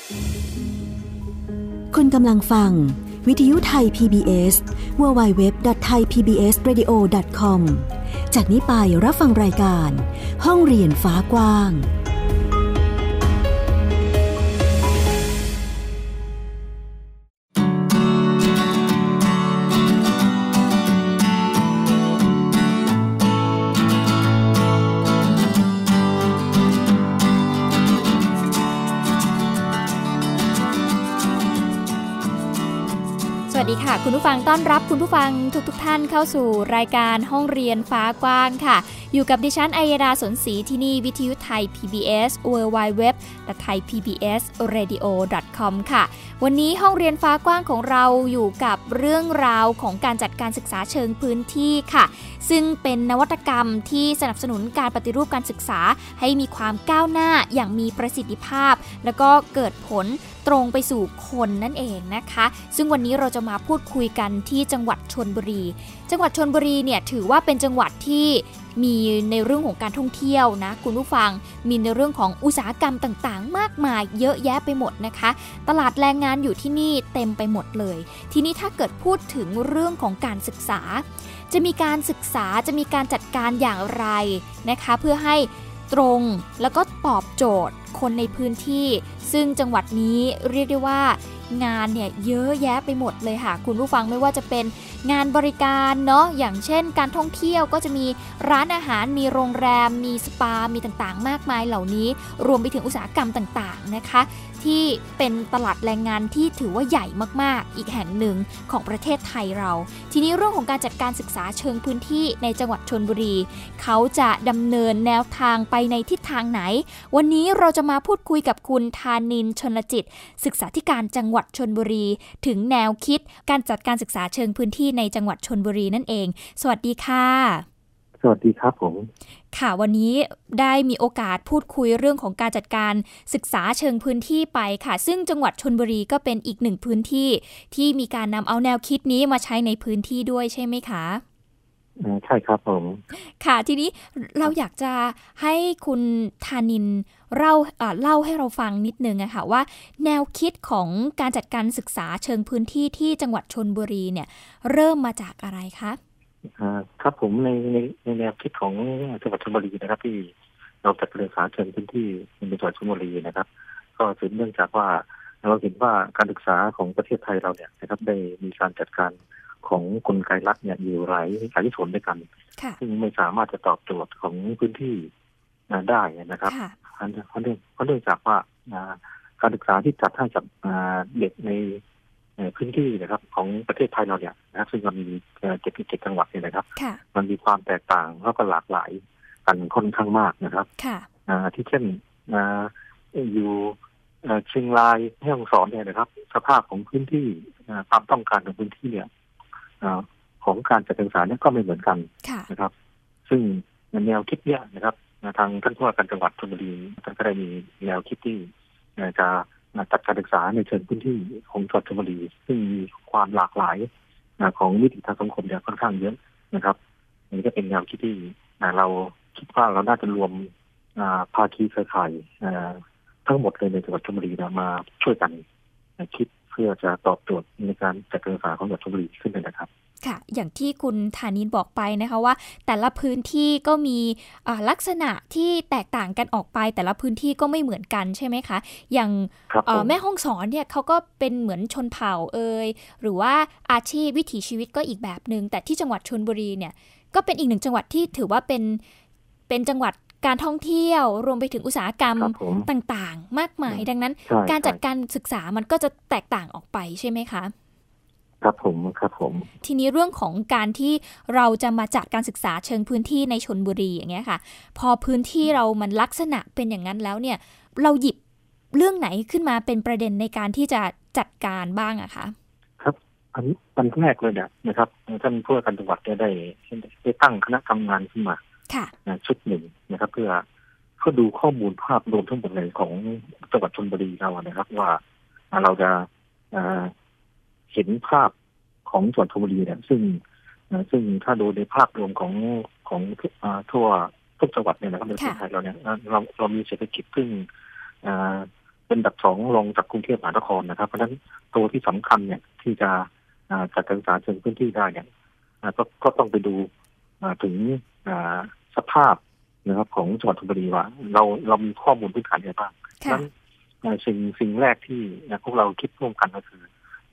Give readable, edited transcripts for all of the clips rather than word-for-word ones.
คุณกำลังฟังวิทยุไทย PBS www.thaipbsradio.com จากนี้ไปรับฟังรายการห้องเรียนฟ้ากว้างสวัสดีค่ะคุณผู้ฟังต้อนรับคุณผู้ฟังทุกท่านเข้าสู่รายการห้องเรียนฟ้ากว้างค่ะอยู่กับดิฉันอัยดาสนศรีที่นี่วิทยุไทย PBS www.thaipbsradio.com ค่ะวันนี้ห้องเรียนฟ้ากว้างของเราอยู่กับเรื่องราวของการจัดการศึกษาเชิงพื้นที่ค่ะซึ่งเป็นนวัตกรรมที่สนับสนุนการปฏิรูปการศึกษาให้มีความก้าวหน้าอย่างมีประสิทธิภาพแล้วก็เกิดผลตรงไปสู่คนนั่นเองนะคะซึ่งวันนี้เราจะมาพูดคุยกันที่จังหวัดชลบุรีจังหวัดชลบุรีเนี่ยถือว่าเป็นจังหวัดที่มีในเรื่องของการท่องเที่ยวนะคุณผู้ฟังมีในเรื่องของอุตสาหกรรมต่างๆมากมายเยอะแยะไปหมดนะคะตลาดแรงงานอยู่ที่นี่เต็มไปหมดเลยทีนี้ถ้าเกิดพูดถึงเรื่องของการศึกษาจะมีการศึกษาจะมีการจัดการอย่างไรนะคะเพื่อให้ตรงแล้วก็ตอบโจทย์คนในพื้นที่ซึ่งจังหวัดนี้เรียกได้ว่างานเนี่ยเยอะแยะไปหมดเลยค่ะคุณผู้ฟังไม่ว่าจะเป็นงานบริการเนาะอย่างเช่นการท่องเที่ยวก็จะมีร้านอาหารมีโรงแรมมีสปามีต่างๆมากมายเหล่านี้รวมไปถึงอุตสาหกรรมต่างๆนะคะที่เป็นตลาดแรงงานที่ถือว่าใหญ่มากๆอีกแห่งหนึ่งของประเทศไทยเราทีนี้เรื่องของการจัดการศึกษาเชิงพื้นที่ในจังหวัดชลบุรีเขาจะดำเนินแนวทางไปในทิศทางไหนวันนี้เราจะมาพูดคุยกับคุณธานินทร์ ชลจิตศึกษาธิการจังหวัดชลบุรีถึงแนวคิดการจัดการศึกษาเชิงพื้นที่ในจังหวัดชลบุรีนั่นเองสวัสดีค่ะสวัสดีครับผมค่ะวันนี้ได้มีโอกาสพูดคุยเรื่องของการจัดการศึกษาเชิงพื้นที่ไปค่ะซึ่งจังหวัดชลบุรีก็เป็นอีกหนึ่งพื้นที่ที่มีการนำเอาแนวคิดนี้มาใช้ในพื้นที่ด้วยใช่ไหมคะใช่ครับผมค่ะทีนี้เราอยากจะให้คุณธานินเล่าให้เราฟังนิดนึงอะค่ะว่าแนวคิดของการจัดการศึกษาเชิงพื้นที่ที่จังหวัดชลบุรีเนี่ยเริ่มมาจากอะไรคะครับผมในแนวคิดของจังหวัดชลบุรีนะครับที่เราจัดการศึกษาเชิงพื้นที่ในจังหวัดชลบุรีนะครับก็สืบเนื่องจากว่าเราเห็นว่าการศึกษาของประเทศไทยเราเนี่ยนะครับได้มีการจัดการของกลไกรัฐเนี่ยอยู่หลายส่วนด้วยกันซึ่งไม่สามารถจะตอบโจทย์ของพื้นที่ได้นะครับเพราะเนื่องจากว่าการศึกษาที่จัดให้กับเด็กในพื้นที่นะครับของประเทศไทยเราเนี่ยนะซึ่งมันมี77จังหวัดเนี่ยนะครับมันมีความแตกต่างแล้วก็หลากหลายกันค่อนข้างมากนะครับที่เช่นอยู่เชียงรายแม่ฮ่องสอนเนี่ยนะครับสภาพของพื้นที่ความต้องการของพื้นที่เนี่ยของการจัดการศึกษาเนี่ยก็ไม่เหมือนกันนะครับซึ่งแนวคิดเนี่ยนะครับทางท่านผู้ว่าการจังหวัดชลบุรีท่านก็ได้มีแนวคิดที่จะจัดการศึกษาในเชิงพื้นที่ของจังหวัดชลบุรีซึ่งมีความหลากหลายของวิถีทางสังคมเนี่ยค่อนข้างเยอะนะครับนี่ก็เป็นแนวคิดที่เราคิดว่าเราน่าจะรวมภาคีเครือข่ายทั้งหมดเลยในจังหวัดชลบุรีมาช่วยกันคิดเพื่อจะตอบโจทย์ในการจัดการศึกษาของจังหวัดชลบุรีขึ้นเลยนะครับค่ะอย่างที่คุณธานินบอกไปนะคะว่าแต่ละพื้นที่ก็มีลักษณะที่แตกต่างกันออกไปแต่ละพื้นที่ก็ไม่เหมือนกันใช่ไหมคะอย่างแม่ฮ่องสอนเนี่ยเขาก็เป็นเหมือนชนเผ่าหรือว่าอาชีพวิถีชีวิตก็อีกแบบนึงแต่ที่จังหวัดชลบุรีเนี่ยก็เป็นอีกหนึ่งจังหวัดที่ถือว่าเป็นจังหวัดการท่องเที่ยวรวมไปถึงอุตสาหกรรมต่างๆมากมายดังนั้นการจัดการศึกษามันก็จะแตกต่างออกไปใช่ไหมคะครับผมทีนี้เรื่องของการที่เราจะมาจัดการศึกษาเชิงพื้นที่ในชลบุรีอย่างเงี้ยค่ะพอพื้นที่เรามันลักษณะเป็นอย่างนั้นแล้วเนี่ยเราหยิบเรื่องไหนขึ้นมาเป็นประเด็นในการที่จะจัดการบ้างอะคะครับอันแรกเลยเนี่ยนะครับท่านผู้ว่าการจังหวัดได้ตั้งคณะทำงานขึ้นมาชุดหนึ่งนะครับเพื่อดูข้อมูลภาพรวมทั้งหมดเลยของจังหวัดชลบุรีเรานะครับว่าเราจะเห็นภาพของจังหวัดชลบุรีเนี่ยซึ่งถ้าดูในภาพรวมของทั่วทุกจังหวัดเนี่ยนะครับในประเทศไทยเราเนี่ยเรามีเศรษฐกิจซึ่งเป็นอันดับ2รองจากกรุงเทพมหานครนะครับเพราะฉะนั้นตัวที่สำคัญเนี่ยที่จะจัดการศึกษาเชิงพื้นที่ได้เนี่ยก็ต้องไปดูถึงสภาพนะครับของจังหวัดชลบุรีว่าเรามีข้อมูลพื้นฐานอะไรบ้างนั้นสิ่งแรกที่พวกเราคิดร่วมกันก็คือ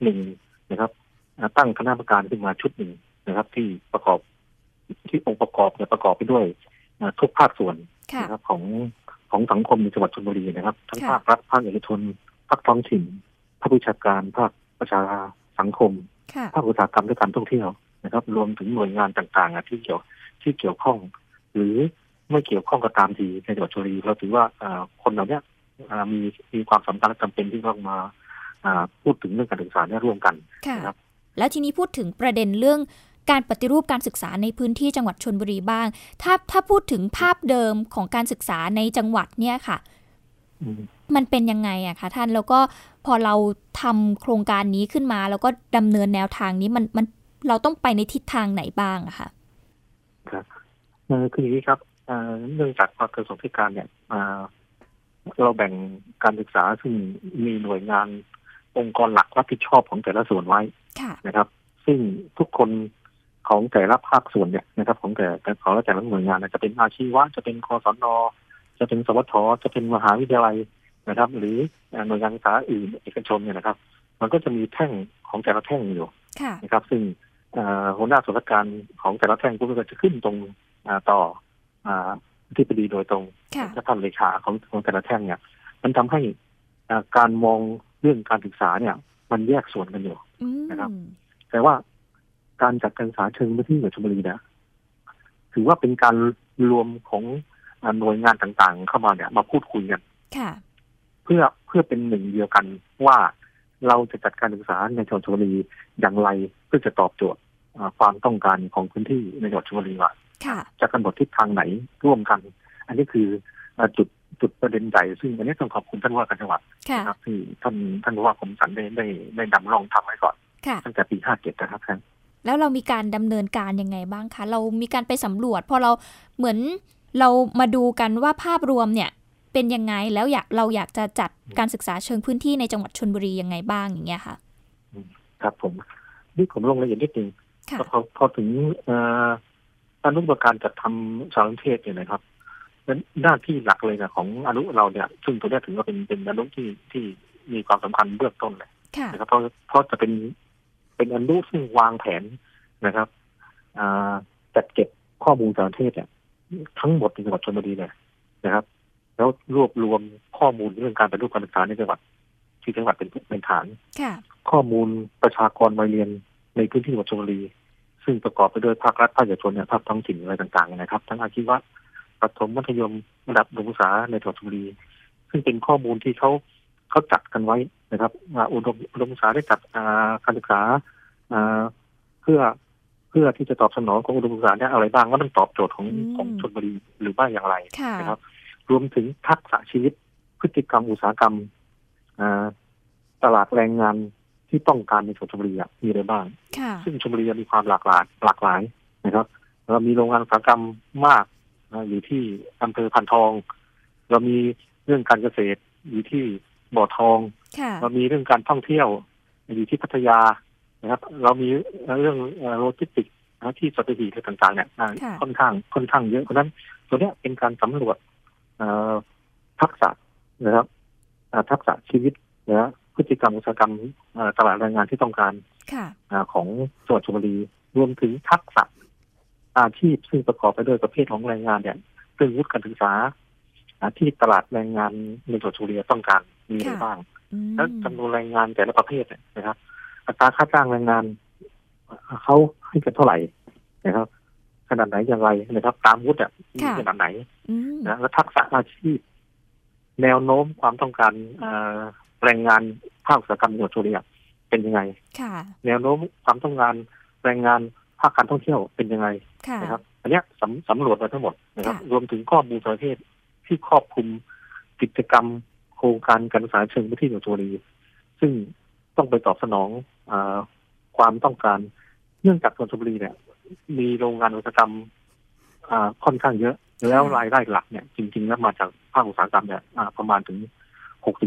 1นะครับตั้งคณะกรรมการขึ้นมาชุดหนึ่งนะครับที่องค์ประกอบเนี่ยประกอบไปด้วยทุกภาคส่วนนะครับของสังคมในจังหวัดชลบุรีนะครับทั้งภาครัฐภาคเอกชนภาคท้องถิ่นภาควิชาการภาคประชาสังคมภาคอุตสาหกรรมและการท่องเที่ยวนะครับรวมถึงหน่วยงานต่างๆที่เกี่ยวข้องหรือไม่เกี่ยวข้องก็ตามทีในจังหวัดชลบุรีเราถือว่าคนเหล่านี้มีความสำคัญและจำเป็นที่ต้องมาพูดถึงเรื่องการศึกษาร่วมกันนะครับแล้วทีนี้พูดถึงประเด็นเรื่องการปฏิรูปการศึกษาในพื้นที่จังหวัดชลบุรีบ้างถ้าพูดถึงภาพเดิมของการศึกษาในจังหวัดเนี่ยค่ะมันเป็นยังไงอะคะท่านแล้วก็พอเราทำโครงการนี้ขึ้นมาแล้วก็ดำเนินแนวทางนี้มันเราต้องไปในทิศทางไหนบ้างอะคะครับคืออย่างนี้ครับเนื่องจากกระทรวงศึกษาเนี่ยเราแบ่งการศึกษาซึ่งมีหน่วยงานองค์กรหลักรับผิดชอบของแต่ละส่วนไว้นะครับซึ่งทุกคนของแต่ละภาคส่วนเนี่ยนะครับของแต่ละหน่วยงานจะเป็นอาชีวะจะเป็นกศน.จะเป็นสวท.จะเป็นมหาวิทยาลัยนะครับหรือหน่วยงานศึกษาอื่นเอกชนเนี่ยนะครับมันก็จะมีแท่งของแต่ละแท่งอยู่นะครับซึ่งหัวหน้าส่วนราชการของแต่ละแท่งก็จะขึ้นตรงต่อที่ปดีโดยตรงถ้าท่านเลขาของแต่ละแท่งเนี่ยมันทำให้การมองเรื่องการศึกษาเนี่ยมันแยกส่วนกันอยู่นะครับแต่ว่าการจัดการศึกษาเชิงพื้นที่ในชลบุรีเนี่ยถือว่าเป็นการรวมของหน่วยงานต่างๆเข้ามาเนี่ยมาพูดคุยกันเพื่อเป็นหนึ่งเดียวกันว่าเราจะจัดการศึกษาในจังหวัดชลบุรีอย่างไรเพื่อจะตอบโจทย์ความต้องการของพื้นที่ในจังหวัดชลบุรีว่าจะกำหนดทิศทางไหนร่วมกันอันนี้คือจุดประเด็นใหญ่ซึ่งอันนี้ต้องขอบคุณท่านว่าการจังหวัดนะครับที่ท่านว่าผมสันได้นำลองทำไว้ก่อนตั้งแต่ปี57นะครับท่านแล้วเรามีการดำเนินการยังไงบ้างคะเรามีการไปสำรวจพอเราเหมือนเรามาดูกันว่าภาพรวมเนี่ยเป็นยังไงแล้วเราอยากจะจัดการศึกษาเชิงพื้นที่ในจังหวัดชลบุรียังไงบ้างอย่างเงี้ยค่ะครับผมนี่ผมลงรายละเอียดนิดนึงพอถึงอนุการจัดทำสารนิเทศเนี่ยนะครับหน้าที่หลักเลยนะของอนุเราเนี่ยซึ่งตัวนี้ถือว่าเป็นอนุที่มีความสำคัญเบื้องต้นเลยนะครับเพราะจะเป็นอนุซึ่งวางแผนนะครับจัดเก็บข้อมูลสารนิเทศเนี่ยทั้งหมดในจังหวัดชลบุรีเลยนะครับแล้วรวบรวมข้อมูลเรื่องการปฏิรูปการศึกษาในจังหวัดที่จังหวัดเป็นฐานข้อมูลประชากรวัยเรียนในพื้นที่จังหวัดชลบุรีซึ่งประกอบไปด้วยภาครัฐภาคเอกชนเนี่ยภาคท้องถิ่นอะไรต่างๆนะครับทั้งอาชีวะประถมมัธยมระดับอุดมศึกษาในจังหวัดชลบุรีซึ่งเป็นข้อมูลที่เขาจัดกันไว้นะครับว่าอุดมศึกษาได้จัดการศึกษาเพื่อที่จะตอบสนองของอุดมศึกษาเนี่ยอะไรบ้างว่าต้องตอบโจทย์ของชลบุรีหรือว่าอย่างไรนะครับรวมถึงทักษะชีวิตพฤติกรรมอุตสาหกรรมตลาดแรงงานที่ต้องการในชลบุรีมีอะไรบ้างซึ่งชลบุรีมีความหลากหลายนะครับเรามีโรงงานอุตสาหกรรมมากอยู่ที่อำเภอพานทองเรามีเรื่องการเกษตรอยู่ที่บ่อทองเรามีเรื่องการท่องเที่ยวอยู่ที่พัทยานะครับเรามีเรื่องโลจิสติกส์ที่สัตหีบต่างๆเนี่ยค่อนข้างเยอะเพราะนั้นตัวนี้เป็นการสำรวจทักษะนะครับทักษะชีวิตนะพฤติกรรมอุตสาหกรรมตลาดแรงงานที่ต้องการของจังหวัดชลบุรีรวมถึงทักษะอาชีพซึ่งประกอบไปด้วยประเภทของแรงงานเนี่ยซึ่งวุฒิการศึกษาที่ตลาดแรงงานในจังหวัดชลบุรีต้องการมีอะไรบ้างและจำนวนแรงงานแต่ละประเภทนะครับอัตราค่าจ้างแรงงานเขาให้กันเท่าไหร่นะครับขนาดไหนอย่างไรนะครับตามวุฒิมีขนาดไหนนะและทักษะอาชีพแนวโน้มความต้องการแรงงานภาคอุตสาหกรรมในจังหวัดชลบุรีเป็นยังไงแนวโน้มความต้องการแรงงานภาคการท่องเที่ยวเป็นยังไงนะครับอันนี้สำรวจมาทั้งหมดนะครับรวมถึงข้อมูลประเทศที่ครอบคลุมกิจกรรมโครงการการศึกษาเชิงพื้นที่จังหวัดชลบุรีซึ่งต้องไปตอบสนองความต้องการเนื่องจากจังหวัดชลบุรีเนี่ยมีโรงงานอุตสาหกรรมค่อนข้างเยอะแล้วรายได้หลักเนี่ยจริงๆแล้วมาจากภาคอุตสาหกรรมเนี่ยประมาณถึง 60-70%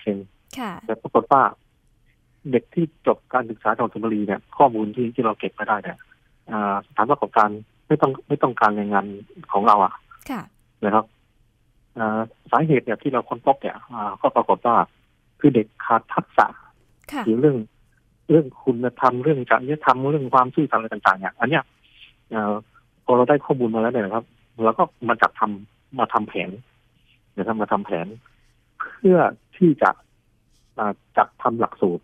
ชิงค่ะแต่ปรากฏว่าเด็กที่จบการศึกษาจังหวัดชลบุรีเนี่ยข้อมูลที่เราเก็บมาได้เนี่ยสถานประกอบการไม่ต้องการแรงงานของเราอ่ะค่ะนะครับสาเหตุเนี่ยที่เราค้นพบเนี่ยก็ปรากฏว่าคือเด็กขาดทักษะหรือเรื่องคุณธรรมเรื่องจริยธรรมเรื่องความซื่อสัตย์อะไรต่างๆเนี่ยอันเนี้ยพอเราได้ข้อมูลมาแล้วเนี่ยนะครับเราก็มาทำแผนนะครับมาทำแผนเพื่อที่จะจัดทำหลักสูตร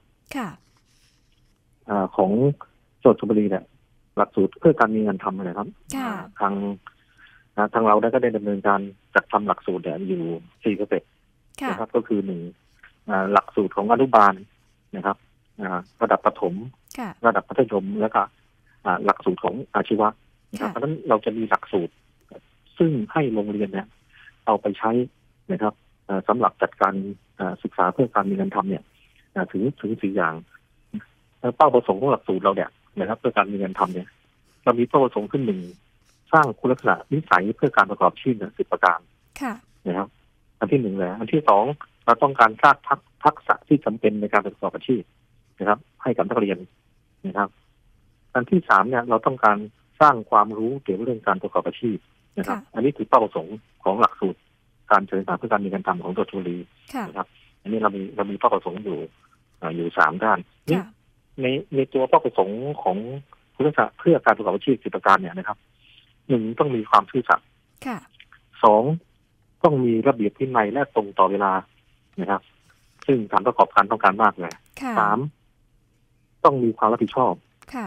ของจังหวัดชลบุรีเนี่ยหลักสูตรเพื่อการมีงานทำนะครับทางเราก็ได้ดำเนินการจัดทำหลักสูตรเนี่ยอยู่4สเต็ปนะครับก็คือ1หลักสูตรของอนุบาลนะครับระดับประถมระดับมัธยมแล้วก็หลักสูตรของอาชีวะนะครับเพราะฉะนั้นเราจะมีหลักสูตรซึ่งให้โรงเรียนเนี่ยเอาไปใช้นะครับสำหรับจัดการศึกษาเพื่อการมีงานทำเนี่ยถึง4อย่างเป้าประสงค์ของหลักสูตรเราเนี่ยนะครับเพื่อการมีงานทำเนี่ยเรามีเป้าประสงค์ขึ้น1สร้างคุณลักษณะนิสัยเพื่อการประกอบอาชีพ10ประการนะครับอันที่1เลยอันที่2เราต้องการสร้างทักษะที่จำเป็นในการประกอบอาชีพนะครับให้กับนักเรียนนะครับอันที่3เนี่ยเราต้องการสร้างความรู้เกี่ยวกับเรื่องการประกอบอาชีพนะครับอันนี้คือเป้าประสงค์ของหลักสูตรการศึกษาเพื่อการมีงานทำของจังหวัดชลบุรีนะครับอันนี้เรามีเป้าประสงค์อยู่3ด้านในตัวเป้าประสงค์ของคุณลักษณะเพื่อการประกอบอาชีพ10ประการเนี่ยนะครับ1ต้องมีความซื่อสัตย์2ต้องมีระเบียบวินัยและตรงต่อเวลานะครับซึ่งสถานประกอบการต้องการมากเลย3ต้องมีความรับผิดชอบ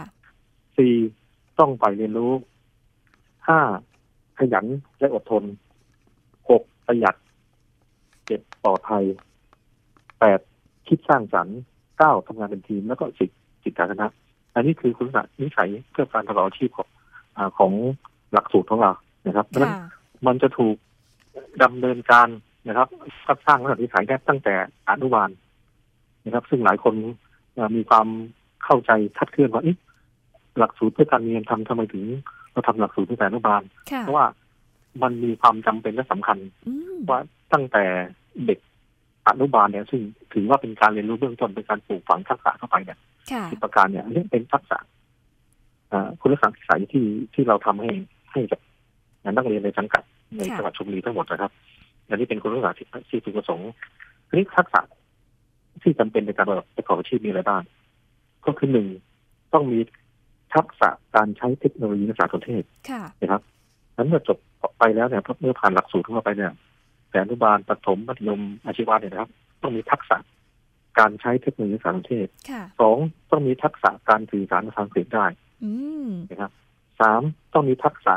4ต้องใฝ่เรียนรู้5ขยันและอดทน6ประหยัด7ปลอดภัย8คิดสร้างสรรค์9ทำงานเป็นทีมแล้วก็10จิตอาสาอันนี้คือคุณลักษณะนิสัยเพื่อการประกอบอาชีพของหลักสูตรของเรานะครับเพราะฉะนั้นมันจะถูกดำเนินการนะครับสร้างลักษณะนิสัยได้ตั้งแต่อนุบาลนะครับซึ่งหลายคนมีความเข้าใจคลาดเคลื่อนว่าหลักสูตรเพื่อการมีงานทำทำไมถึงเราทำหลักสูตรตั้งแต่อนุบาลเพราะว่ามันมีความจำเป็นและสำคัญว่าตั้งแต่เด็กอนุบาลเนี่ยซึ่งถือว่าเป็นการเรียนรู้เบื้องต้นเป็นการปลูกฝังทักษะเข้าไปเนี่ย10ประการเนี่ยอันนี้เป็นทักษะคุณลักษณะนิสัยที่เราทำให้กับนักเรียนในสังกัดในจังหวัดชลบุรีทั้งหมดนะครับอันนี้เป็นคุณลักษณะที่ถูกประสงค์ทีนี้ทักษะที่จำเป็นในการประกอบอาชีพมีอะไรบ้างก็คือ1ต้องมีทักษะการใช้เทคโนโลยีสารสนเทศนะครับนั้นเมื่อจบไปแล้วเนี่ยเมื่อผ่านหลักสูตรเข้าไปเนี่ยแต่อนุบาลประถมมัธยมอาชีวะเนี่ยนะครับต้องมีทักษะการใช้เทคโนโลยีสารสนเทศ2ต้องมีทักษะการสื่อสารทางเสียงได้นะครับ3ต้องมีทักษะ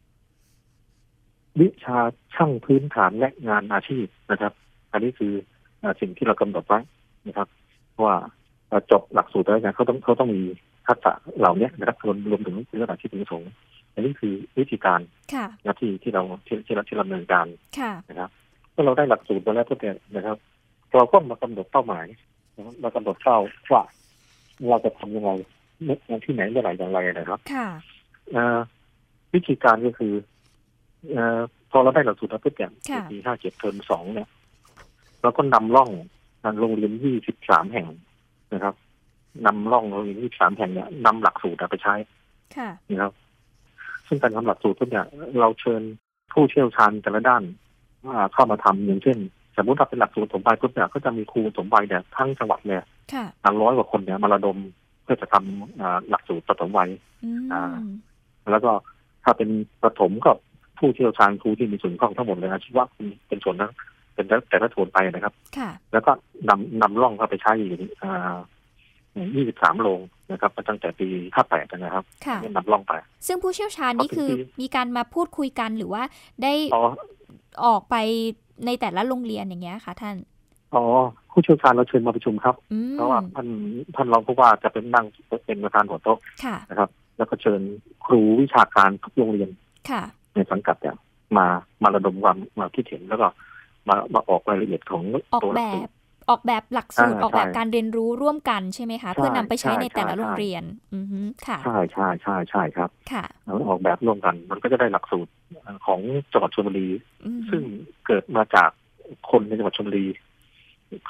วิชาช่างพื้นฐานและงานอาชีพนะครับอันนี้คือสิ่งที่เรากำหนดไว้นะครับว่าจบหลักสูตรแล้วเนี่ยเขาต้องมีทักษะเหล่านี้นะครับรวมถึงคุณลักษณะที่ประสงค์อันนี้คือวิธีการที่เราดำเนินการนะครับเมื่อเราได้หลักสูตรมาแล้วเนี่ยนะครับเราก็มากำหนดเป้าหมายมากำหนดว่าเราจะทำยังไงที่ไหนเมื่อไหร่อย่างไรนะครับวิธีการก็คือพอเราได้หลักสูตรแล้วปุ๊บเนี่ยปี57เทอม2เนี่ยเราก็นำร่องโรงเรียน23แห่งนะครับนำร่องโรงเรียน23แห่งเนี่ยนำหลักสูตรไปใช้นะครับซึ่งการทำหลักสูตรปุ๊บเนี่ยเราเชิญผู้เชี่ยวชาญแต่ละด้านเข้ามาทำอย่างเช่นสมมติว่าเป็นหลักสูตรถมใบปุ๊บเนี่ยก็จะมีครูถมใบเนี่ยทั้งจังหวัดเนี่ย100 กว่าคนเนี่ยมาระดมเพื่อจะทำหลักสูตรประถมวัยแล้วก็ถ้าเป็นประถมก็ผู้เชี่ยวชาญครูที่มีส่วนเกี่ยวข้องทั้งหมดเลยอาชีวะเป็นส่วนนั้นเป็นแต่ละส่วนไปนะครับแล้วก็นำร่องเข้าไปใช้อยู่23โรงนะครับตั้งแต่ปี58นะครับนำร่องไปซึ่งผู้เชี่ยวชาญนี่คือมีการมาพูดคุยกันหรือว่าได้ออกไปในแต่ละโรงเรียนอย่างเงี้ยค่ะท่านผู้เชี่ยวชาญเราเชิญมาประชุมครับเพราะว่าท่านรองผู้ว่าจะเป็นนั่งเป็นประธานหัวโต๊ะนะครับแล้วก็เชิญครูวิชาการทุกโรงเรียนในสังกัดเนี่ยมาระดมความมาคิดเห็นแล้วก็มาออกรายละเอียดของตัวออกแบบหลักสูตรออกแบบการเรียนรู้ร่วมกันใช่ไหมคะเพื่อนำไปใช้ในแต่ละโรงเรียนค่ะใช่ครับค่ะออกแบบร่วมกันมันก็จะได้หลักสูตรของจังหวัดชลบุรีซึ่งเกิดมาจากคนในจังหวัดชลบุรี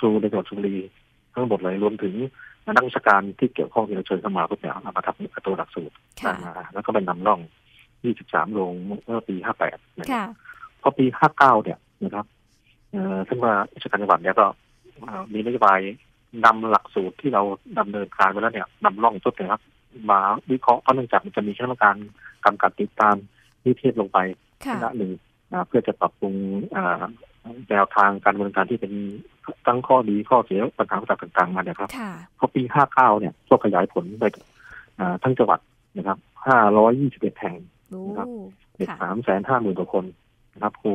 รูในจังหวัดชลบุรีทั้งหมดเลยรวมถึงนักวิชาการที่เกี่ยวข้องที่เราเชิญเข้ามาพวกเนี่ยมาทำตัวหลักสูตรมาแล้วก็ไปนำร่อง23โรงเมื่อปี58นะครับพอปี59เนี่ยนะครับซึ่งว่าราชการจังหวัดเนี่ยก็มีนโยบายนำหลักสูตรที่เราดำเนินการไปแล้วเนี่ยนำร่องต้นนะครับมาวิเคราะห์เพราะเนื่องจากมันจะมีคณะกรรมการกำกับติดตามนิเทศลงไปคณะหนึ่งเพื่อจะปรับปรุงแนวทางการดำเนินการที่เป็นตั้งข้อดีข้อเสียปัญหาต่างๆมาเนี่ยครับพอปี59เนี่ยก็ขยายผลไปทั้งจังหวัดนะครับ521แห่งนะครับเด็ก350,000 กว่าคนนะครับครู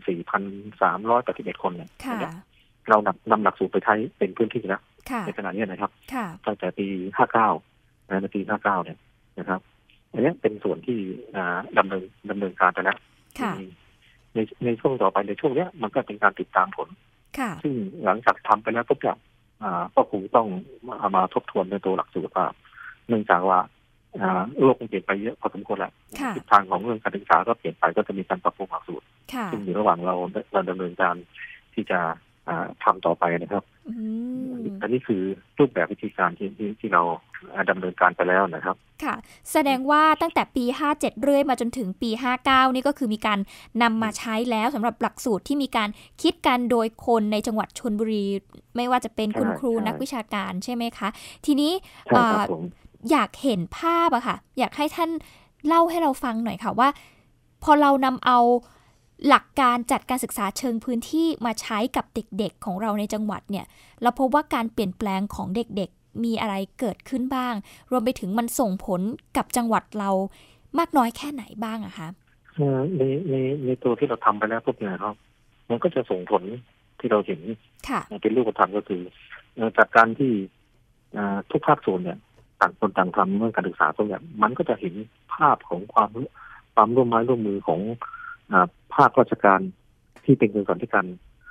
14,381 คนเนี่ยเรานำหลักสูตรไปใช้เป็นพื้นที่แล้วในขณะนี้นะครับตั้งแต่ปี59ในปี59เนี่ยนะครับอันนี้เป็นส่วนที่ดำเนินการไปแล้วในช่วงต่อไปในช่วงนี้มันก็เป็นการติดตามผลซึ่งหลังจากทำไปแล้วทุกอย่างก็คงต้องมาทบทวนในตัวหลักสูตรว่าเนื่องจากว่าโลกมันเปลี่ยนไปเยอะพอสมควรแล้วทิศทางของเรื่องการศึกษาก็เปลี่ยนไปก็จะมีการปรับปรุงหลักสูตรซึ่งอยู่ระหว่างเราดำเนินการที่จะทำต่อไปนะครับอันนี้คือรูปแบบวิธีการที่เราดำเนินการไปแล้วนะครับค่ะแสดงว่าตั้งแต่ปี57เรื่อยมาจนถึงปี59นี่ก็คือมีการนำมาใช้แล้วสำหรับหลักสูตรที่มีการคิดกันโดยคนในจังหวัดชลบุรีไม่ว่าจะเป็นคุณครูนักวิชาการใช่ไหมคะทีนี้อยากเห็นภาพอะค่ะอยากให้ท่านเล่าให้เราฟังหน่อยค่ะว่าพอเรานำเอาหลักการจัดการศึกษาเชิงพื้นที่มาใช้กับเด็กๆของเราในจังหวัดเนี่ยเราพบว่าการเปลี่ยนแปลงของเด็กๆมีอะไรเกิดขึ้นบ้างรวมไปถึงมันส่งผลกับจังหวัดเรามากน้อยแค่ไหนบ้างอะคะในตัวที่เราทำไปแล้วพวกนี้ครับมันก็จะส่งผลที่เราเห็นเป็นรูปธรรมก็คือจากการที่ทุกภาคส่วนเนี่ยต่างคนต่างทำเรื่องการศึกษาตัวอย่างมันก็จะเห็นภาพของความร่วมไม้ร่วมมือของภาคราชการที่เป็นส่วนที่กัน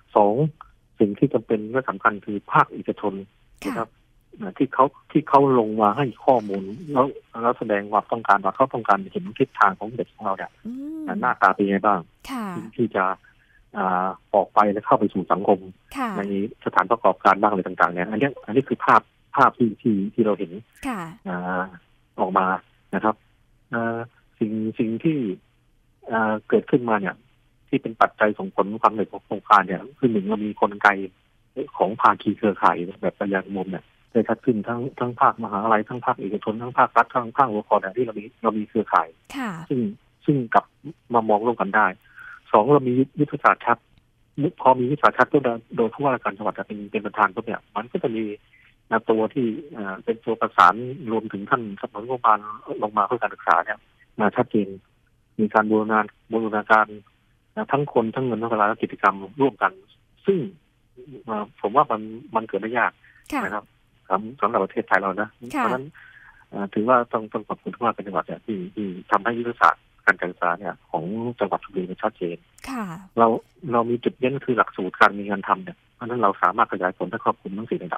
2สิ่งที่จำเป็นและสำคัญคือภาคเอกชนนะครับที่เขาลงมาให้ข้อมูลแล้วแสดงว่าต้องการว่าเขาต้องการเห็นทิศทางของเด็กของเราเนี่ยหน้าตาเป็นยังไงบ้างที่จะออกไปและเข้าไปสู่สังคมในสถานประกอบการบ้างอะไรต่างๆเนี่ยอันนี้คือภาพที่เราเห็นออกมานะครับสิ่งที่เกิดขึ้นมาเนี่ยที่เป็นปัจจัยส่งผลความสำเร็จของโครงการเนี่ยคือหนึ่งเรามีกลไกของภาคีเครือข่ายแบบประหยัดมุมเนี่ยได้ชัดขึ้นทั้งภาคมหาวิทยาลัยทั้งภาคเอกชนทั้งภาครัฐทั้งภาคองค์กรที่เรามีเครือข่ายซึ่งกับมามองร่วมกันได้2เรามียุทธศาสตร์ชัดพอมียุทธศาสตร์ชัดโดยผู้ว่าราชการจังหวัดเป็นประธานก็เนี่ยมันก็จะมีตัวที่เป็นตัวประสานรวมถึงท่านสำนักงบประมาณลงมาเพื่อการศึกษาเนี่ยมาชัดเจนมีการบูรณาการทั้งคนทั้งเงินทั้งเวลาและกิจกรรมร่วมกันซึ่งผมว่ามันเกิดได้ยากนะครับสำหรับประเทศไทยเรานะเพราะฉะนั้นถือว่าต้องขอบคุณผู้ว่าการจังหวัดเนี่ยที่ทำให้ยุทธศาสตร์การศึกษาเนี่ยของจังหวัดชลบุรีมันชัดเจนเรามีจุดเด่นคือหลักสูตรการมีงานทำเนี่ยเพราะฉะนั้นเราสามารถขยายผลให้ครอบคลุมทั้ง4ระดับ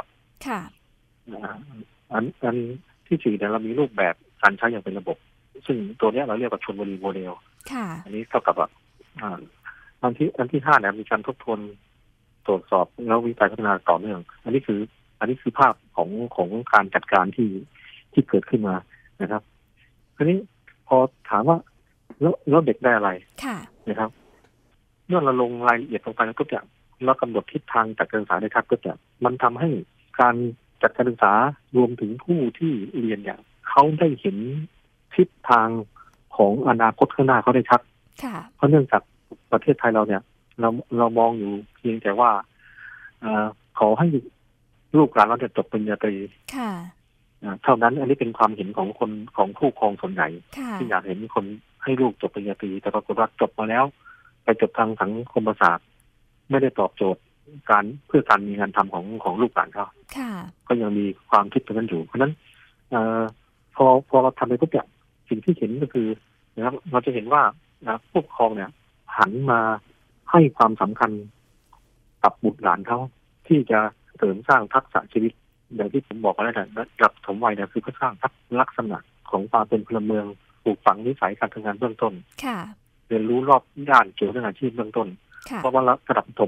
อันที่4เนี่ยเรามีรูปแบบการใช้อย่างเป็นระบบซึ่งตัวนี้เราเรียกว่าชลบุรีโมเดลอันนี้เท่ากับว่าอันที่5เนี่ยมีการทบทวนตรวจสอบแล้ววิจัยพัฒนาต่อเนื่องอันนี้คือภาพของการจัดการที่เกิดขึ้นมานะครับทีนี้พอถามว่าแล้วเด็กได้อะไรนะครับเมื่อเราลงรายละเอียดลงไปแล้วก็จะเรากำหนดทิศทางจัดการศึกษาได้ชัดก็จะมันทำให้การจัดการศึกษารวมถึงผู้ที่เรียนเนี่ยเขาได้เห็นทิศทางของอนาคตข้างหน้าเขาได้ชัดเพราะเนื่องจากประเทศไทยเราเนี่ยเรามองอยู่เพียงแต่ว่าขอให้ลูกหลานเราจบปริญญาตรีเท่านั้นอันนี้เป็นความเห็นของคนของผู้ปกครองส่วนใหญ่ที่อยากเห็นคนให้ลูกจบปริญญาตรีแต่ปรากฏว่าจบมาแล้วไปจบทางสังคมศาสตร์ไม่ได้ตอบโจทย์เพื่อการมีงานทำของลูกหลานเขาก็ยังมีความคิดตรงนั้นอยู่เพราะฉะนั้นพอเราทำไปทุกอย่างสิ่งที่เห็นก็คือนะครับเราจะเห็นว่าผู้ปกครองเนี่ยหันมาให้ความสำคัญกับบุตรหลานเขาที่จะเสริมสร้างทักษะชีวิตอย่างที่ผมบอกไปแล้วนะระดับถมวัยเนี่ยคือเพื่อสร้างลักษณะของความเป็นพลเมืองปลูกฝังนิสัยการทำงานเบื้องต้นเรียนรู้รอบด้านเกี่ยวกับอาชีพเบื้องต้นเพราะว่าระดับถมเนี่ย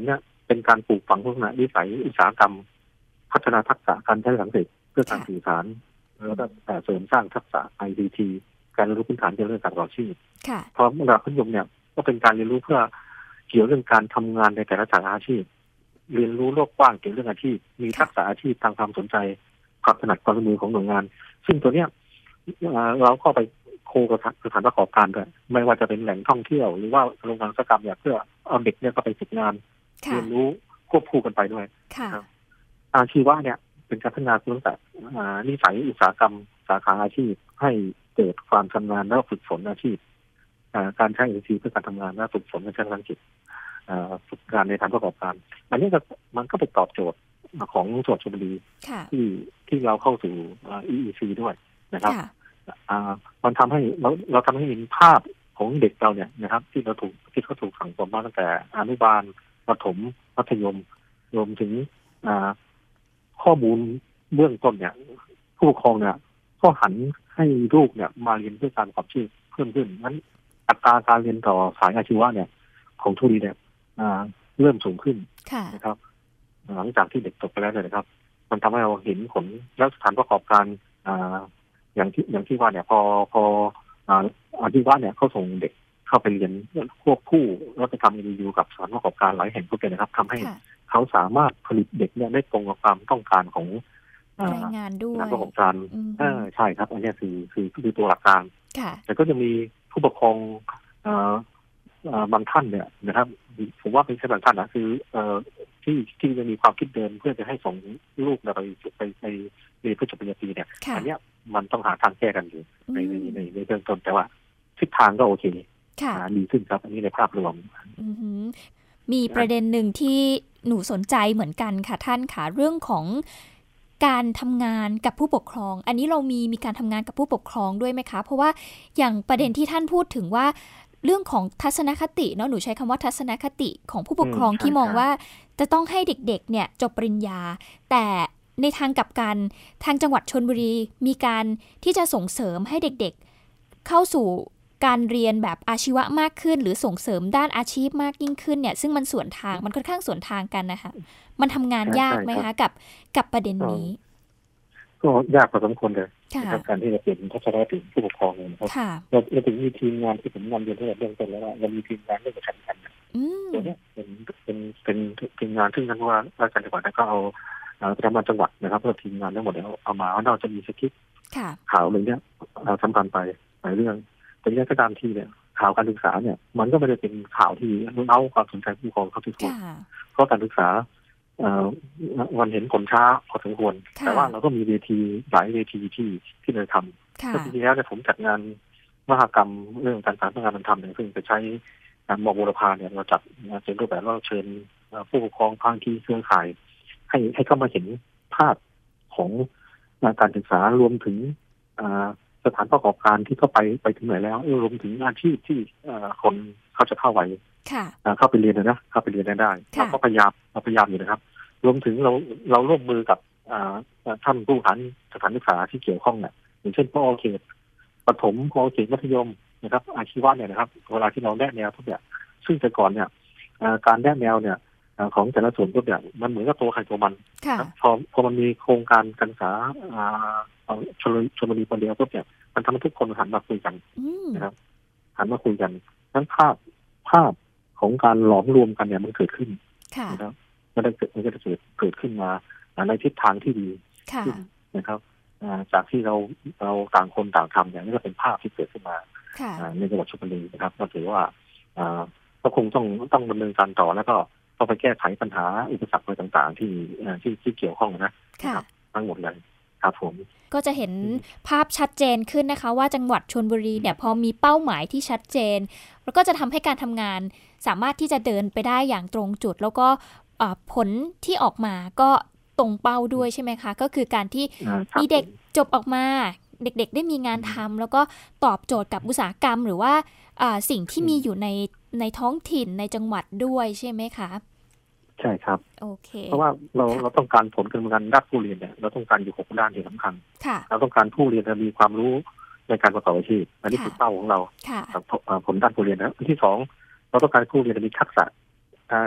เป็นการปลูกฝังพัฒนานิสัยอุตสาหกรรมพัฒนาทักษะการใช้ภาษาอังกฤษเพื่อการสื่อสารแล้วก็เสริมสร้างทักษะ ICT การเรียนรู้พื้นฐานเกี่ยวกับการต่อชีพเพราะระดับมัธยมเนี่ยก็เป็นการเรียนรู้เพื่อเกี่ยวเรื่องการทำงานในแต่ละสาขาอาชีพเรียนรู้โลกกว้างเกี่ยวเรื่องอาชีพมีทักษะอาชีพทางความสนใจความถนัดความร่วมมือของหน่วยงานซึ่งตัวเนี้ยเราก็ไปโคกับสถานประกอบการด้วยไม่ว่าจะเป็นแหล่งท่องเที่ยวหรือว่าโรงงานอุตสาหกรรมเนี่ยเพื่อเอาเด็กเนี่ยก็ไปฝึกงานเรียนรู้ควบคู่กันไปด้วยอาชีวะเนี่ยเป็นการพัฒนาตั้งแต่นิสัยอุตสาหกรรมสาขาอาชีพให้เกิดความชำนาญและฝึกฝนอาชีพการใช้ ICT เพื่อการทำงานและฝึกฝนในเชิงการจิตฝึกงานในทางประกอบการอันนี้มันก็ไปตอบโจทย์ของจังหวัดชลบุรีที่เราเข้าสู่ EEC ด้วยนะครับมันทำให้เราทำให้เห็นภาพของเด็กเราเนี่ยนะครับที่เขาถูกสั่งสมมาตั้งแต่อนุบาลประถมมัธยมรวมถึงข้อมูลเบื้องต้นเนี่ยผู้ปกครองเนี่ยก็หันให้ลูกเนี่ยมาเรียนเพื่อการประกอบอาชีพเพิ่มขึ้นนั้นอัตราการเรียนต่อสายอาชีวะเนี่ยของชลบุรีเนี่ยเริ่มสูงขึ้นนะครับหลังจากที่เด็กจบไปแล้วเนี่ยนะครับมันทำให้เราเห็นผลแล้วสถานประกอบการอย่างที่ว่าเนี่ยพออาชีวะเนี่ยเขาส่งเด็กเข้าไปเรียนควบคู่แล้วไปทำอยู่กับสถานประกอบการหลายแห่งพวกนี้นะครับทำให้เขาสามารถผลิตเด็กเนี่ยได้ตรงกับความต้องการของแรงงานด้วยงานประกอบการใช่ครับอันนี้คือตัวหลักการแต่ก็จะมีผู้ปกครองบางท่านเนี่ยนะครับผมว่าเป็นแค่บางท่านนะคือที่จะมีความคิดเดิมเพื่อจะให้ส่งลูกไปเรียนเพื่อจบปริญญาตรีเนี่ยอันนี้มันต้องหาทางแก้กันอยู่ในเบื้องต้นแต่ว่าทิศทางก็โอเคดีขึ้นครับอันนี้ในภาพรวมมีประเด็นหนึ่งที่หนูสนใจเหมือนกันค่ะท่านค่ะเรื่องของการทำงานกับผู้ปกครองอันนี้เรามีการทำงานกับผู้ปกครองด้วยไหมคะเพราะว่าอย่างประเด็นที่ท่านพูดถึงว่าเรื่องของทัศนคติเนาะหนูใช้คำว่าทัศนคติของผู้ปกครองที่มองว่าจะต้องให้เด็กๆเนี่ยจบปริญญาแต่ในทางกลับกันทางจังหวัดชลบุรีมีการที่จะส่งเสริมให้เด็กๆเข้าสู่การเรียนแบบอาชีวะมากขึ้นหรือส่งเสริมด้านอาชีพมากยิ่งขึ้นเนี่ยซึ่งมันสวนทางมันค่อนข้างสวนทางกันนะคะมันทำงานยากไหมคะกับประเด็นนี้ก็ยากพอสมควรเลยการที่จะเปลี่ยนทัศนคติผู้ปกครองเลยนะครับเราถึงมีทีมงานที่ผมนำเรียนตั้งแต่เริ่มต้นแล้วเรามีทีมงานเรื่องประชาสัมพันธ์ตัวนี้เป็นทีมงานซึ่งท่านว่าราชการจังหวัดก็เอาประจำจังหวัดนะครับเพื่อทีมงานทั้งหมดเอามาเราจะมีสคริปต์ข่าวเรื่องนี้สำคัญไปหลายเรื่องแต่ยังก็ตามทีเนี่ยข่าวการศึกษาเนี่ยมันก็ไม่ได้เป็นข่าวที่เล่าความสนใจผู้ปกครองเขาที่สุดเพราะการศึกษาวันเห็นผลช้าพอสมควรแต่ว่าเราก็มีเวทีหลายเวทีที่เราทำก็จริงๆแล้วเนี่ยผมจัดงานมหกรรมเรื่องการสานงานทำเนี่ยซึ่งจะใช้มอบูรพาเนี่ยเราจัดเป็นรูปแบบเราเชิญผู้ปกครองภาคีเครือข่ายให้เข้ามาเห็นภาพของการศึกษารวมถึงสถานประกอบการที่เข้าไปถึงไหนแล้วรวมถึงอาชีพที่คนเขาจะเข้าไปเข้าไปเรียนนะเข้าไปเรียนได้เราก็พยายามอยู่นะครับรวมถึงเราร่วมมือกับท่านผู้บริหารสถานศึกษาที่เกี่ยวข้องเนี่ยอย่างเช่นพอเขตประถมพอเขตมัธยมนะครับอาชีวะเนี่ยนะครับเวลาที่เราแนะแนวทุกอย่างซึ่งแต่ก่อนเนี่ยการแนะแนวเนี่ยของแต่ละส่วนทุกอย่างมันเหมือนกับตัวใครตัวมันพอมันมีโครงการการศึกษาชลบุรีคนเดียวทุกอย่างมันทำให้ทุกคนหันมาคุยกันนะครับหันมาคุยกันนั้นภาพของการหลอมรวมกันเนี่ยมันเกิดขึ้นนะครับมันก็จะเกิดขึ้นมาในทิศทางที่ดีนะครับจากที่เราต่างคนต่างทำอย่างนี้ก็เป็นภาพที่เกิดขึ้นมาในจังหวัดชลบุรีนะครับก็ถือว่าก็คงต้องดำเนินการต่อแล้วก็ต้องไปแก้ไขปัญหาอุปสรรคอะไรต่างๆที่เกี่ยวข้องนะครับทั้งหมดเลยครับผมก็จะเห็นภาพชัดเจนขึ้นนะคะว่าจังหวัดชลบุรีเนี่ยพอมีเป้าหมายที่ชัดเจนแล้วก็จะทำให้การทำงานสามารถที่จะเดินไปได้อย่างตรงจุดแล้วก็ผลที่ออกมาก็ตรงเป้าด้วยใช่ไหมคะก็คือการที่มีเด็กจบออกมาเด็กๆได้มีงานทำแล้วก็ตอบโจทย์กับอุตสาหกรรมหรือว่าสิ่งที่มีอยู่ในท้องถิ่นในจังหวัดด้วยใช่ไหมคะใช่ครับโอเคเพราะว่าเราต้องการผลการด้านผู้เรียนเนี่ยเราต้องการอยู่6ด้านที่สำคัญเราต้องการผู้เรียนจะมีความรู้ในการประกอบอาชีพอันนี้คือเป้าของเราผลด้านผู้เรียนนะที่2เราต้องการผู้เรียนจะมีทักษะ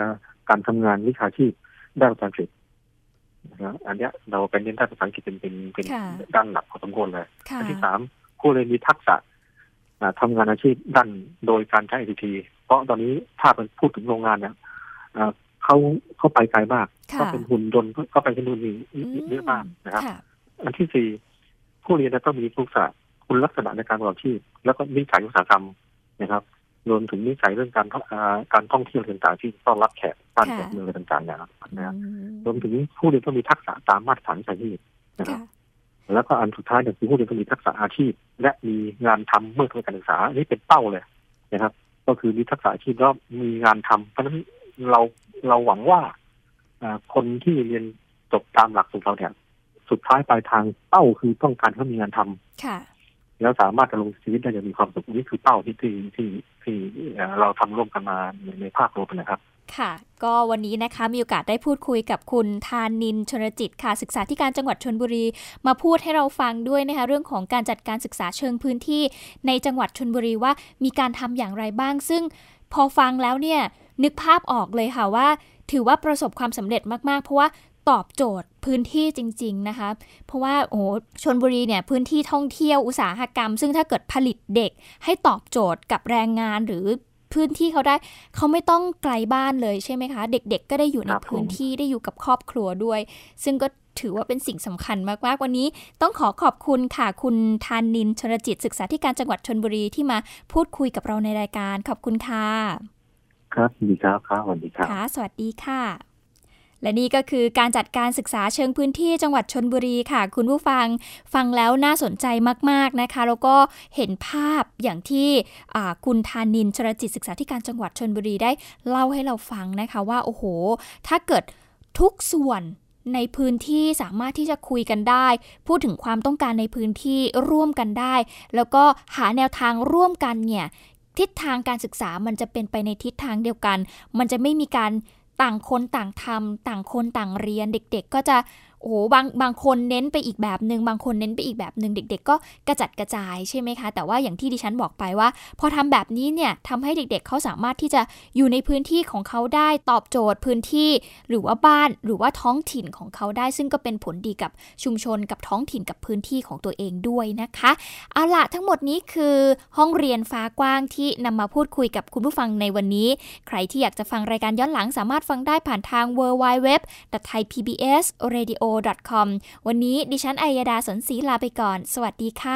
การทำงานวิชาชีพด้านภาษาอังกฤษนะครับอันนี้เราไปเน้นด้านภาษาอังกฤษเป็นด้านหลักพอสมควรเลยอันที่3ผู้เรียนมีทักษะทำงานอาชีพด้านโดยการใช้ ICT เพราะตอนนี้ถ้าเป็นพูดถึงโรงงานเนี่ยเขาไปไกลมากก็เป็นหุ่นยนต์ก็ไปเป็นหุ่นยนต์เยอะมากนะครับอันที่4ผู้เรียนต้องมีทักษะคุณลักษณะในการประกอบอาชีพแล้วก็นิสัยอุตสาหกรรมนะครับรวมถึงนิสัยเรื่องการท่องเที่ยวต่างๆที่ต้อนรับแขกบ้านแขกเมืองต่างๆนะครับรวมถึงผู้เรียนต้องมีทักษะตามมาตรฐานวิชาชีพนะครับแล้วก็อันสุดท้ายคือผู้เรียนต้องมีทักษะอาชีพและมีงานทำเมื่อทำการศึกษาอันนี้เป็นเป้าเลยนะครับก็คือมีทักษะอาชีพแล้วมีงานทำเพราะฉะนั้นเราหวังว่าคนที่เรียนจบตามหลักสูตรเราเนี่ยสุดท้ายปลายทางเป้าคือต้องการเขามีงานทำแล้วสามารถดำรงชีวิตได้อย่างมีความสุขนี่คือเป้าที่เราทำร่วมกันมาในภาครวมนะครับค่ะก็วันนี้นะคะมีโอกาสได้พูดคุยกับคุณธานินทร์ ชลจิตค่ะศึกษาธิการจังหวัดชลบุรีมาพูดให้เราฟังด้วยนะคะเรื่องของการจัดการศึกษาเชิงพื้นที่ในจังหวัดชลบุรีว่ามีการทำอย่างไรบ้างซึ่งพอฟังแล้วเนี่ยนึกภาพออกเลยค่ะว่าถือว่าประสบความสำเร็จมากๆเพราะว่าตอบโจทย์พื้นที่จริงๆนะคะเพราะว่าชลบุรีเนี่ยพื้นที่ท่องเที่ยวอุตสาหกรรมซึ่งถ้าเกิดผลิตเด็กให้ตอบโจทย์กับแรงงานหรือพื้นที่เขาได้เขาไม่ต้องไกลบ้านเลยใช่ไหมคะเด็กๆก็ได้อยู่ในพื้นที่ได้อยู่กับครอบครัวด้วยซึ่งก็ถือว่าเป็นสิ่งสำคัญมากๆวันนี้ต้องขอบคุณค่ะคุณธานินทร์ ชลจิตศึกษาธิการจังหวัดชลบุรีที่มาพูดคุยกับเราในรายการขอบคุณค่ะครับดีครับสวัสดีครับค่ะสวัสดีค่ะและนี่ก็คือการจัดการศึกษาเชิงพื้นที่จังหวัดชลบุรีค่ะคุณผู้ฟังแล้วน่าสนใจมากๆนะคะแล้วก็เห็นภาพอย่างที่คุณธานินทร์ ชลจิตศึกษาธิการจังหวัดชลบุรีได้เล่าให้เราฟังนะคะว่าโอ้โหถ้าเกิดทุกส่วนในพื้นที่สามารถที่จะคุยกันได้พูดถึงความต้องการในพื้นที่ร่วมกันได้แล้วก็หาแนวทางร่วมกันเนี่ยทิศทางการศึกษามันจะเป็นไปในทิศทางเดียวกันมันจะไม่มีการต่างคนต่างทำต่างคนต่างเรียนเด็กๆก็จะบางคนเน้นไปอีกแบบนึงบางคนเน้นไปอีกแบบนึงเด็กๆก็กระจัดกระจายใช่ไหมคะแต่ว่าอย่างที่ดิฉันบอกไปว่าพอทำแบบนี้เนี่ยทำให้เด็กๆเขาสามารถที่จะอยู่ในพื้นที่ของเขาได้ตอบโจทย์พื้นที่หรือว่าบ้านหรือว่าท้องถิ่นของเขาได้ซึ่งก็เป็นผลดีกับชุมชนกับท้องถิ่นกับพื้นที่ของตัวเองด้วยนะคะเอาล่ะทั้งหมดนี้คือห้องเรียนฟ้ากว้างที่นำมาพูดคุยกับคุณผู้ฟังในวันนี้ใครที่อยากจะฟังรายการย้อนหลังสามารถฟังได้ผ่านทาง www.thaipbsradio.com วันนี้ดิฉันอัยดาสนศรีลาไปก่อนสวัสดีค่ะ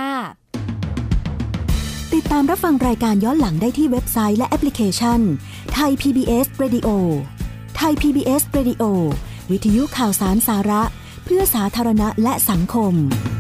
ติดตามรับฟังรายการย้อนหลังได้ที่เว็บไซต์และแอปพลิเคชัน Thai PBS Radio Thai PBS Radio วิทยุข่าวสารสาระเพื่อสาธารณะและสังคม